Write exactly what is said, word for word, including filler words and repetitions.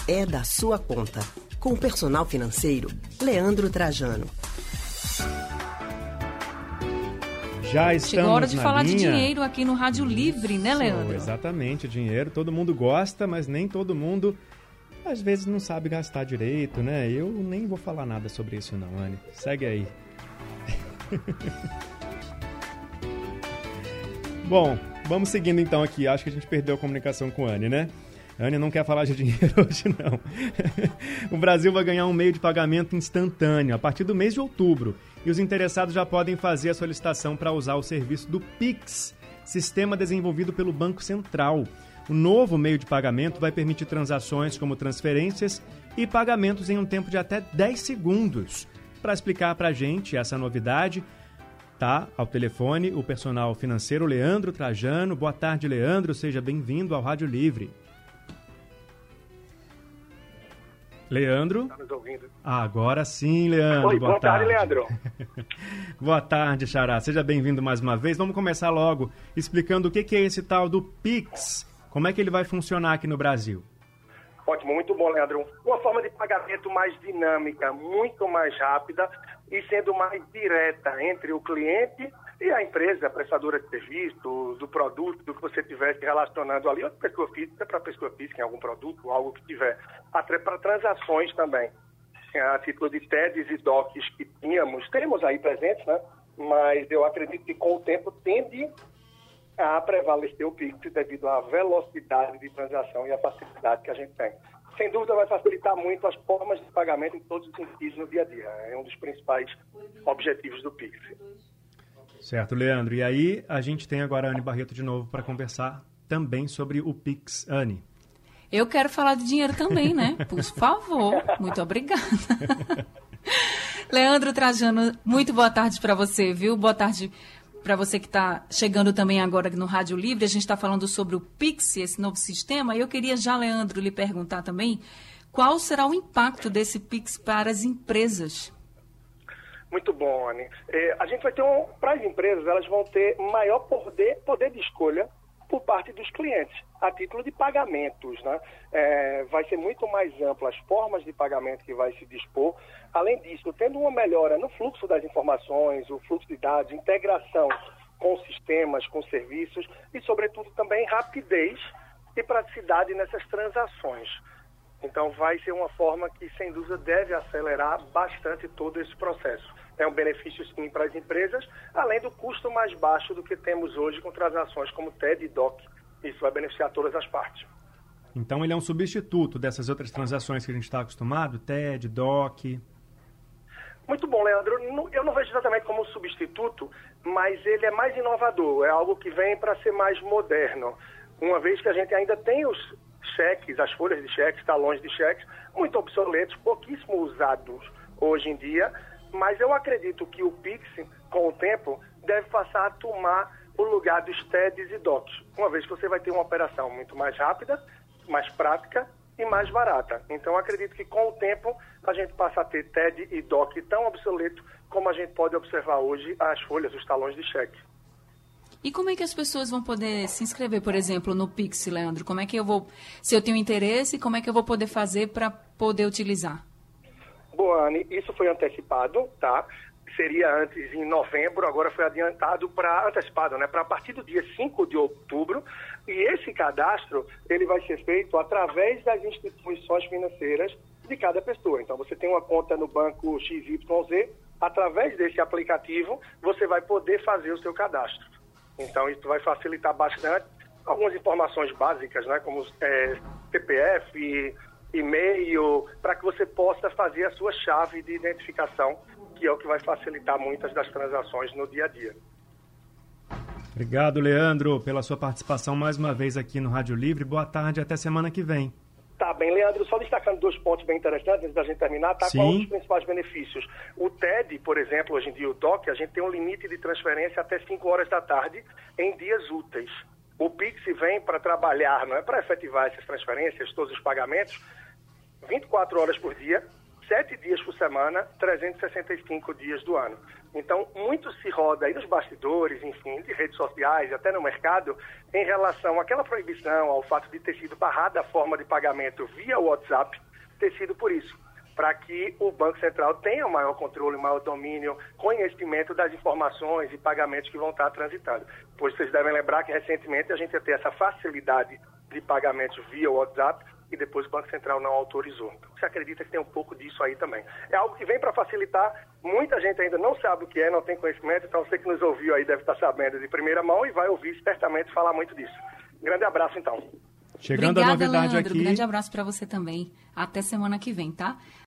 é da sua conta. Com o personal financeiro, Leandro Trajano. Já estamos Chegou a hora de na falar linha. de dinheiro aqui no Rádio Livre, né, Leandro? Exatamente, dinheiro todo mundo gosta, mas nem todo mundo, às vezes, não sabe gastar direito, né? Eu nem vou falar nada sobre isso não, Anne. Segue aí. Bom, vamos seguindo então aqui. Acho que a gente perdeu a comunicação com a Anne, né? A Anne não quer falar de dinheiro hoje, não. O Brasil vai ganhar um meio de pagamento instantâneo a partir do mês de outubro. E os interessados já podem fazer a solicitação para usar o serviço do Pix, sistema desenvolvido pelo Banco Central. O novo meio de pagamento vai permitir transações como transferências e pagamentos em um tempo de até dez segundos. Para explicar para a gente essa novidade, tá ao telefone o personal financeiro Leandro Trajano. Boa tarde, Leandro. Seja bem-vindo ao Rádio Livre. Leandro? Tá nos ouvindo? Ah, agora sim, Leandro. Oi, boa, boa tarde, Leandro. Boa tarde, Xará. Seja bem-vindo mais uma vez. Vamos começar logo explicando o que é esse tal do Pix. Como é que ele vai funcionar aqui no Brasil? Ótimo, muito bom, Leandro. Uma forma de pagamento mais dinâmica, muito mais rápida e sendo mais direta entre o cliente e a empresa, a prestadora de serviço, do produto, do que você estiver se relacionando ali, ou de pessoa física para pessoa física em algum produto, algo que tiver. Até para transações também. A título de T E Ds e D O Cs que tínhamos, temos aí presentes, né? Mas eu acredito que com o tempo tende a prevalecer o Pix devido à velocidade de transação e à facilidade que a gente tem. Sem dúvida vai facilitar muito as formas de pagamento em todos os sentidos no dia a dia. É um dos principais objetivos do Pix. Certo, Leandro. E aí a gente tem agora a Anne Barreto de novo para conversar também sobre o Pix. Anne. Eu quero falar de dinheiro também, né? Por favor. Muito obrigada. Leandro Trajano, muito boa tarde para você, viu? Boa tarde para você que está chegando também agora no Rádio Livre. A gente está falando sobre o Pix, esse novo sistema. E eu queria já, Leandro, lhe perguntar também qual será o impacto desse Pix para as empresas. Muito bom, Anne. É, a gente vai ter um... Para as empresas, elas vão ter maior poder, poder de escolha por parte dos clientes, a título de pagamentos, né? É, vai ser muito mais ampla as formas de pagamento que vai se dispor. Além disso, tendo uma melhora no fluxo das informações, o fluxo de dados, integração com sistemas, com serviços e, sobretudo, também rapidez e praticidade nessas transações. Então, vai ser uma forma que, sem dúvida, deve acelerar bastante todo esse processo. É um benefício, sim, para as empresas, além do custo mais baixo do que temos hoje com transações como T E D e D O C. Isso vai beneficiar todas as partes. Então, ele é um substituto dessas outras transações que a gente está acostumado? T E D, D O C? Muito bom, Leandro. Eu não vejo exatamente como um substituto, mas ele é mais inovador. É algo que vem para ser mais moderno. Uma vez que a gente ainda tem os cheques, as folhas de cheques, talões de cheques, muito obsoletos, pouquíssimo usados hoje em dia, mas eu acredito que o Pix, com o tempo, deve passar a tomar o lugar dos T E Ds e D O Cs, uma vez que você vai ter uma operação muito mais rápida, mais prática e mais barata. Então, eu acredito que com o tempo a gente passa a ter T E D e D O C tão obsoleto como a gente pode observar hoje as folhas, os talões de cheque. E como é que as pessoas vão poder se inscrever, por exemplo, no Pix, Leandro? Como é que eu vou, se eu tenho interesse, como é que eu vou poder fazer para poder utilizar? Boa, Anne, isso foi antecipado, tá? Seria antes em novembro, agora foi adiantado para, antecipado, né? Para a partir do dia cinco de outubro. E esse cadastro, ele vai ser feito através das instituições financeiras de cada pessoa. Então, você tem uma conta no banco X Y Z, através desse aplicativo, você vai poder fazer o seu cadastro. Então, isso vai facilitar bastante algumas informações básicas, né? Como é, C P F, e-mail, para que você possa fazer a sua chave de identificação, que é o que vai facilitar muitas das transações no dia a dia. Obrigado, Leandro, pela sua participação mais uma vez aqui no Rádio Livre. Boa tarde, até semana que vem. Tá bem, Leandro, só destacando dois pontos bem interessantes antes da gente terminar, tá? Sim. Qual os principais benefícios? O T E D, por exemplo, hoje em dia o D O C, a gente tem um limite de transferência até cinco horas da tarde em dias úteis. O Pix vem para trabalhar, não é para efetivar essas transferências, todos os pagamentos, vinte e quatro horas por dia, sete dias por semana, trezentos e sessenta e cinco dias do ano. Então, muito se roda aí nos bastidores, enfim, de redes sociais, até no mercado, em relação àquela proibição, ao fato de ter sido barrada a forma de pagamento via WhatsApp, ter sido por isso, para que o Banco Central tenha o maior controle, o maior domínio, conhecimento das informações e pagamentos que vão estar transitando. Pois vocês devem lembrar que recentemente a gente ia ter essa facilidade de pagamentos via WhatsApp, e depois o Banco Central não autorizou. Então, você acredita que tem um pouco disso aí também. É algo que vem para facilitar, muita gente ainda não sabe o que é, não tem conhecimento, então você que nos ouviu aí deve estar sabendo de primeira mão e vai ouvir certamente falar muito disso. Grande abraço, então. Chegando Obrigada, a novidade Leandro. aqui. Grande abraço para você também. Até semana que vem, tá?